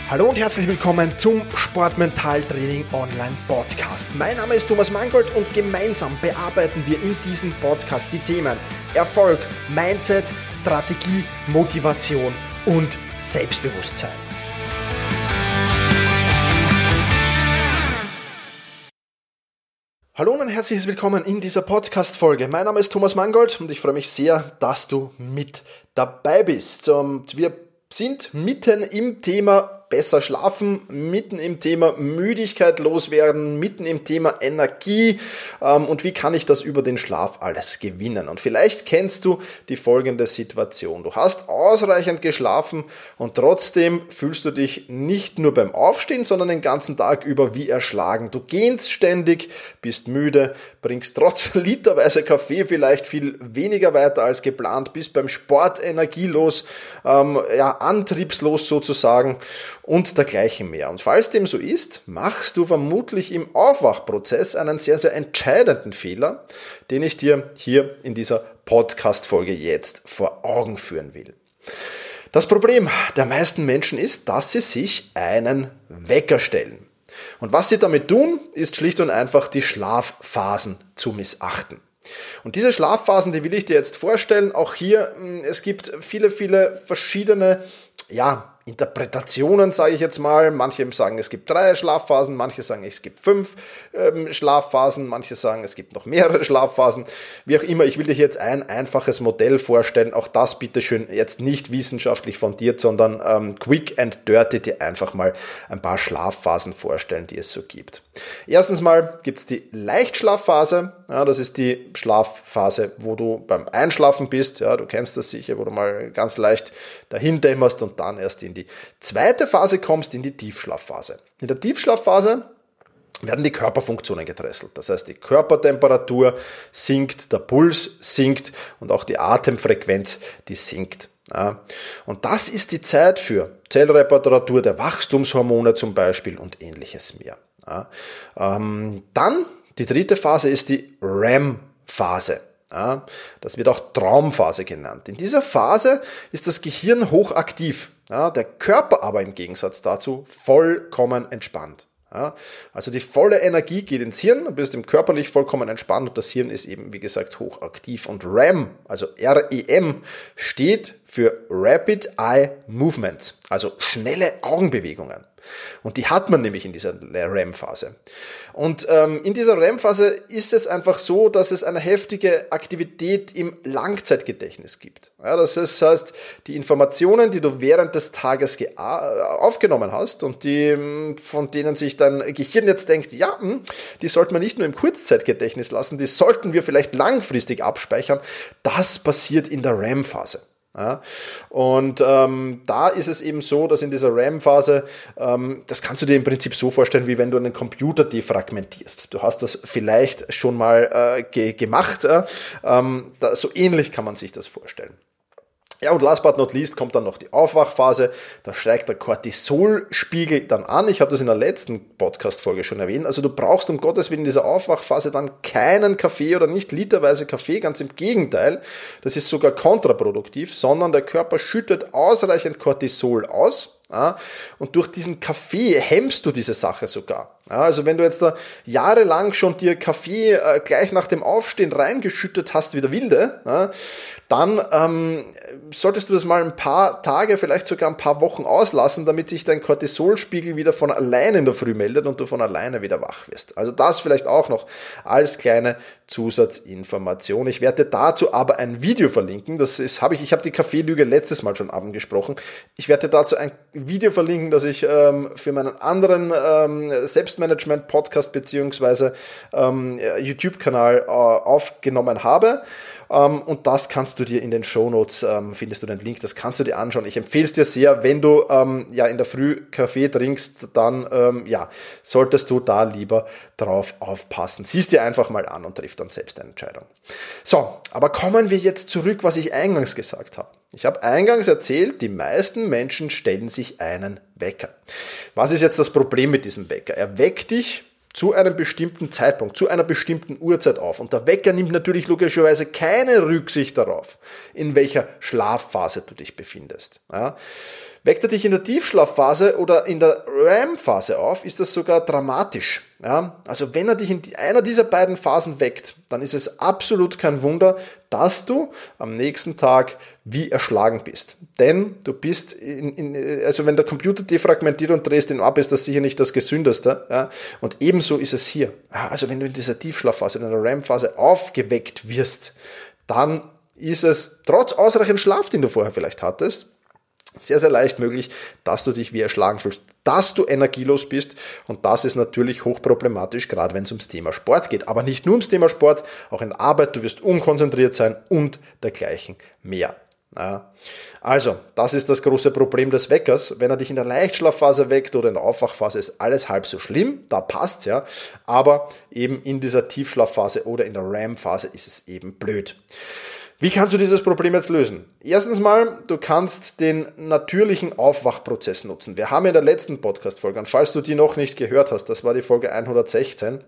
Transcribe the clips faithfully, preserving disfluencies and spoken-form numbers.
Hallo und herzlich willkommen zum Sportmental-Training Online Podcast. Mein Name ist Thomas Mangold und gemeinsam bearbeiten wir in diesem Podcast die Themen Erfolg, Mindset, Strategie, Motivation und Selbstbewusstsein. Hallo und ein herzliches Willkommen in dieser Podcast-Folge. Mein Name ist Thomas Mangold und ich freue mich sehr, dass du mit dabei bist. Und wir sind mitten im Thema besser schlafen, mitten im Thema Müdigkeit loswerden, mitten im Thema Energie ähm, und wie kann ich das über den Schlaf alles gewinnen. Und vielleicht kennst du die folgende Situation. Du hast ausreichend geschlafen und trotzdem fühlst du dich nicht nur beim Aufstehen, sondern den ganzen Tag über wie erschlagen. Du gähnst ständig, bist müde, bringst trotz literweise Kaffee vielleicht viel weniger weiter als geplant, bist beim Sport energielos, ähm, ja, antriebslos sozusagen und dergleichen mehr. Und falls dem so ist, machst du vermutlich im Aufwachprozess einen sehr, sehr entscheidenden Fehler, den ich dir hier in dieser Podcast-Folge jetzt vor Augen führen will. Das Problem der meisten Menschen ist, dass sie sich einen Wecker stellen. Und was sie damit tun, ist schlicht und einfach die Schlafphasen zu missachten. Und diese Schlafphasen, die will ich dir jetzt vorstellen. Auch hier, es gibt viele, viele verschiedene, ja, Interpretationen, sage ich jetzt mal. Manche sagen, es gibt drei Schlafphasen, manche sagen, es gibt fünf ähm, Schlafphasen, manche sagen, es gibt noch mehrere Schlafphasen. Wie auch immer, ich will dir jetzt ein einfaches Modell vorstellen. Auch das bitteschön jetzt nicht wissenschaftlich fundiert, sondern ähm, quick and dirty, dir einfach mal ein paar Schlafphasen vorstellen, die es so gibt. Erstens mal gibt es die Leichtschlafphase. Ja, das ist die Schlafphase, wo du beim Einschlafen bist. Ja, du kennst das sicher, wo du mal ganz leicht dahin dämmerst und dann erst in die zweite Phase kommst, in die Tiefschlafphase. In der Tiefschlafphase werden die Körperfunktionen gedrosselt. Das heißt, die Körpertemperatur sinkt, der Puls sinkt und auch die Atemfrequenz, die sinkt. Ja. Und das ist die Zeit für Zellreparatur der Wachstumshormone zum Beispiel und ähnliches mehr. Ja. Ähm, dann die dritte Phase ist die R E M-Phase. Ja. Das wird auch Traumphase genannt. In dieser Phase ist das Gehirn hochaktiv. Ja, der Körper aber im Gegensatz dazu vollkommen entspannt. Ja, also die volle Energie geht ins Hirn, du bist im körperlich vollkommen entspannt und das Hirn ist eben, wie gesagt, hochaktiv. Und R E M, also R E M, steht für Rapid Eye Movements, also schnelle Augenbewegungen. Und die hat man nämlich in dieser R E M-Phase. Und ähm, in dieser R E M-Phase ist es einfach so, dass es eine heftige Aktivität im Langzeitgedächtnis gibt. Ja, das heißt, die Informationen, die du während des Tages ge- aufgenommen hast und die, von denen sich dein Gehirn jetzt denkt, ja, die sollte man nicht nur im Kurzzeitgedächtnis lassen, die sollten wir vielleicht langfristig abspeichern, das passiert in der R E M-Phase. Ja, und ähm, da ist es eben so, dass in dieser R E M-Phase, ähm, das kannst du dir im Prinzip so vorstellen, wie wenn du einen Computer defragmentierst. Du hast das vielleicht schon mal äh, ge- gemacht, äh, ähm, da, so ähnlich kann man sich das vorstellen. Ja, und last but not least kommt dann noch die Aufwachphase, da steigt der Cortisolspiegel dann an. Ich habe das in der letzten Podcast-Folge schon erwähnt. Also du brauchst um Gottes Willen in dieser Aufwachphase dann keinen Kaffee oder nicht literweise Kaffee, ganz im Gegenteil. Das ist sogar kontraproduktiv, sondern der Körper schüttet ausreichend Cortisol aus. Ja, und durch diesen Kaffee hemmst du diese Sache sogar. Ja, also wenn du jetzt da jahrelang schon dir Kaffee äh, gleich nach dem Aufstehen reingeschüttet hast wie der Wilde, ja, dann ähm, solltest du das mal ein paar Tage, vielleicht sogar ein paar Wochen auslassen, damit sich dein Cortisolspiegel wieder von alleine in der Früh meldet und du von alleine wieder wach wirst. Also das vielleicht auch noch als kleine Zusatzinformation. Ich werde dazu aber ein Video verlinken. Das ist, habe ich, ich habe die Kaffeelüge letztes Mal schon angesprochen. Ich werde dazu ein Video verlinken, das ich ähm, für meinen anderen ähm, Selbstmanagement-Podcast beziehungsweise ähm, YouTube-Kanal äh, aufgenommen habe. Ähm, und das kannst du dir in den Shownotes, ähm, findest du den Link, das kannst du dir anschauen. Ich empfehle es dir sehr, wenn du ähm, ja in der Früh Kaffee trinkst, dann ähm, ja, solltest du da lieber drauf aufpassen. Siehst dir einfach mal an und triff dann selbst eine Entscheidung. So, aber kommen wir jetzt zurück, was ich eingangs gesagt habe. Ich habe eingangs erzählt, die meisten Menschen stellen sich einen Wecker. Was ist jetzt das Problem mit diesem Wecker? Er weckt dich zu einem bestimmten Zeitpunkt, zu einer bestimmten Uhrzeit auf. Und der Wecker nimmt natürlich logischerweise keine Rücksicht darauf, in welcher Schlafphase du dich befindest. Ja? Weckt er dich in der Tiefschlafphase oder in der R E M-Phase auf, ist das sogar dramatisch. Ja, also wenn er dich in einer dieser beiden Phasen weckt, dann ist es absolut kein Wunder, dass du am nächsten Tag wie erschlagen bist. Denn du bist, in, in, also wenn der Computer defragmentiert und drehst ihn ab, ist das sicher nicht das Gesündeste. Ja? Und ebenso ist es hier. Ja, also wenn du in dieser Tiefschlafphase, in der R E M-Phase aufgeweckt wirst, dann ist es trotz ausreichend Schlaf, den du vorher vielleicht hattest, sehr, sehr leicht möglich, dass du dich wie erschlagen fühlst, dass du energielos bist, und das ist natürlich hochproblematisch, gerade wenn es ums Thema Sport geht. Aber nicht nur ums Thema Sport, auch in Arbeit, du wirst unkonzentriert sein und dergleichen mehr. Ja. Also, das ist das große Problem des Weckers. Wenn er dich in der Leichtschlafphase weckt oder in der Aufwachphase, ist alles halb so schlimm, da passt's ja, aber eben in dieser Tiefschlafphase oder in der R E M-Phase ist es eben blöd. Wie kannst du dieses Problem jetzt lösen? Erstens mal, du kannst den natürlichen Aufwachprozess nutzen. Wir haben in der letzten Podcast-Folge, und falls du die noch nicht gehört hast, das war die Folge hundertsechzehn,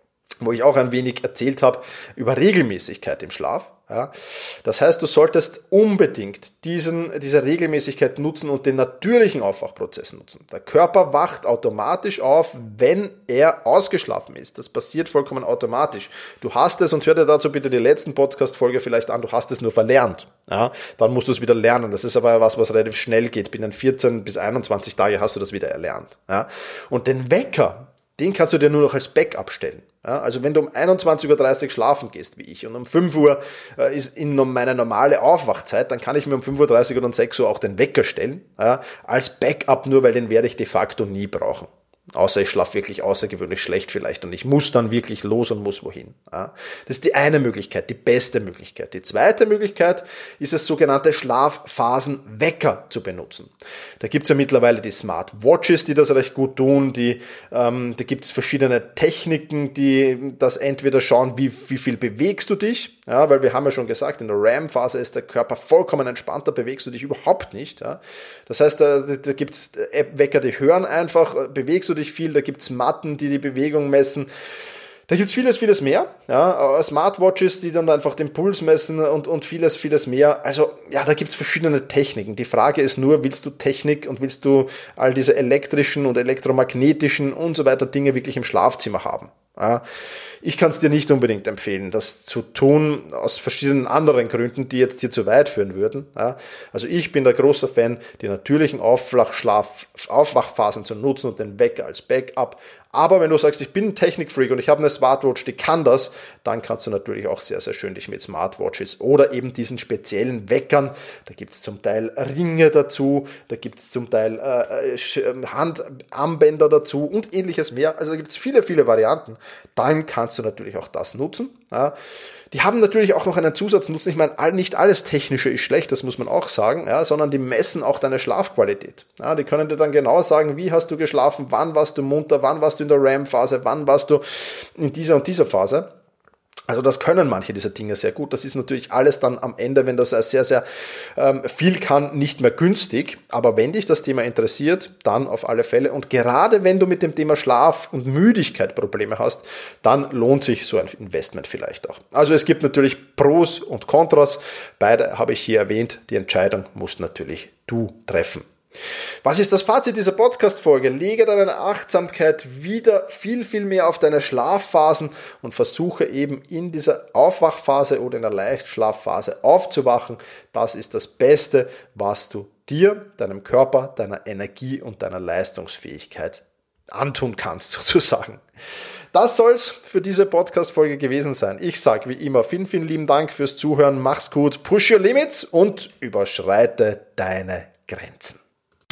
wo ich auch ein wenig erzählt habe über Regelmäßigkeit im Schlaf. Ja. Das heißt, du solltest unbedingt diesen, diese Regelmäßigkeit nutzen und den natürlichen Aufwachprozess nutzen. Der Körper wacht automatisch auf, wenn er ausgeschlafen ist. Das passiert vollkommen automatisch. Du hast es, und hör dir dazu bitte die letzten Podcast-Folge vielleicht an, du hast es nur verlernt. Ja. Dann musst du es wieder lernen. Das ist aber was, was relativ schnell geht. Binnen vierzehn bis einundzwanzig Tage hast du das wieder erlernt. Ja. Und den Wecker, den kannst du dir nur noch als Backup stellen. Ja, also wenn du um einundzwanzig Uhr dreißig schlafen gehst, wie ich, und um fünf Uhr äh, ist in meine normale Aufwachzeit, dann kann ich mir um fünf Uhr dreißig oder um sechs Uhr auch den Wecker stellen, ja, als Backup nur, weil den werde ich de facto nie brauchen. Außer ich schlafe wirklich außergewöhnlich schlecht vielleicht und ich muss dann wirklich los und muss wohin. Ja, das ist die eine Möglichkeit, die beste Möglichkeit. Die zweite Möglichkeit ist es, sogenannte Schlafphasenwecker zu benutzen. Da gibt es ja mittlerweile die Smart Watches, die das recht gut tun. Die, ähm, da gibt es verschiedene Techniken, die das entweder schauen, wie, wie viel bewegst du dich, ja, weil wir haben ja schon gesagt, in der R E M-Phase ist der Körper vollkommen entspannt, da bewegst du dich überhaupt nicht. Ja. Das heißt, da, da gibt es App-Wecker, die hören einfach, bewegst du dich viel, da gibt es Matten, die die Bewegung messen. Da gibt es vieles, vieles mehr. Ja, Smartwatches, die dann einfach den Puls messen und, und vieles, vieles mehr. Also ja, da gibt es verschiedene Techniken. Die Frage ist nur, willst du Technik und willst du all diese elektrischen und elektromagnetischen und so weiter Dinge wirklich im Schlafzimmer haben? Ja, ich kann es dir nicht unbedingt empfehlen, das zu tun, aus verschiedenen anderen Gründen, die jetzt hier zu weit führen würden. Ja, also ich bin der große Fan, die natürlichen Aufwachschlaf, Aufwachphasen zu nutzen und den Wecker als Backup. Aber wenn du sagst, ich bin ein Technikfreak und ich habe eine Smartwatch, die kann das, dann kannst du natürlich auch sehr, sehr schön dich mit Smartwatches oder eben diesen speziellen Weckern, da gibt es zum Teil Ringe dazu, da gibt es zum Teil äh, Handarmbänder dazu und ähnliches mehr. Also da gibt es viele, viele Varianten. Dann kannst du natürlich auch das nutzen. Ja. Die haben natürlich auch noch einen Zusatznutzen. Ich meine, nicht alles Technische ist schlecht, das muss man auch sagen, ja, sondern die messen auch deine Schlafqualität. Ja, die können dir dann genau sagen, wie hast du geschlafen, wann warst du munter, wann warst du in der R E M-Phase, wann warst du in dieser und dieser Phase. Also das können manche dieser Dinge sehr gut. Das ist natürlich alles dann am Ende, wenn das sehr, sehr ähm, viel kann, nicht mehr günstig. Aber wenn dich das Thema interessiert, dann auf alle Fälle. Und gerade wenn du mit dem Thema Schlaf und Müdigkeit Probleme hast, dann lohnt sich so ein Investment vielleicht auch. Also es gibt natürlich Pros und Kontras. Beide habe ich hier erwähnt. Die Entscheidung musst natürlich du treffen. Was ist das Fazit dieser Podcast-Folge? Lege deine Achtsamkeit wieder viel, viel mehr auf deine Schlafphasen und versuche eben in dieser Aufwachphase oder in der Leichtschlafphase aufzuwachen. Das ist das Beste, was du dir, deinem Körper, deiner Energie und deiner Leistungsfähigkeit antun kannst, sozusagen. Das soll's für diese Podcast-Folge gewesen sein. Ich sage wie immer vielen, vielen lieben Dank fürs Zuhören. Mach's gut, push your limits und überschreite deine Grenzen.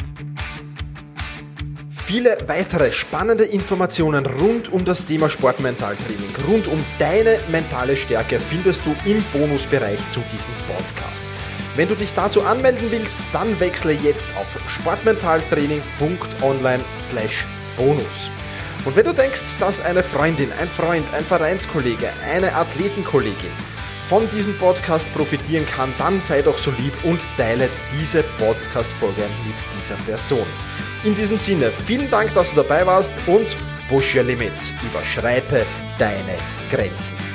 Viele weitere spannende Informationen rund um das Thema Sportmentaltraining, rund um deine mentale Stärke findest du im Bonusbereich zu diesem Podcast. Wenn du dich dazu anmelden willst, dann wechsle jetzt auf sportmentaltraining punkt online slash bonus. Und wenn du denkst, dass eine Freundin, ein Freund, ein Vereinskollege, eine Athletenkollegin von diesem Podcast profitieren kann, dann sei doch so lieb und teile diese Podcast-Folge mit dieser Person. In diesem Sinne, vielen Dank, dass du dabei warst und push your limits, überschreite deine Grenzen.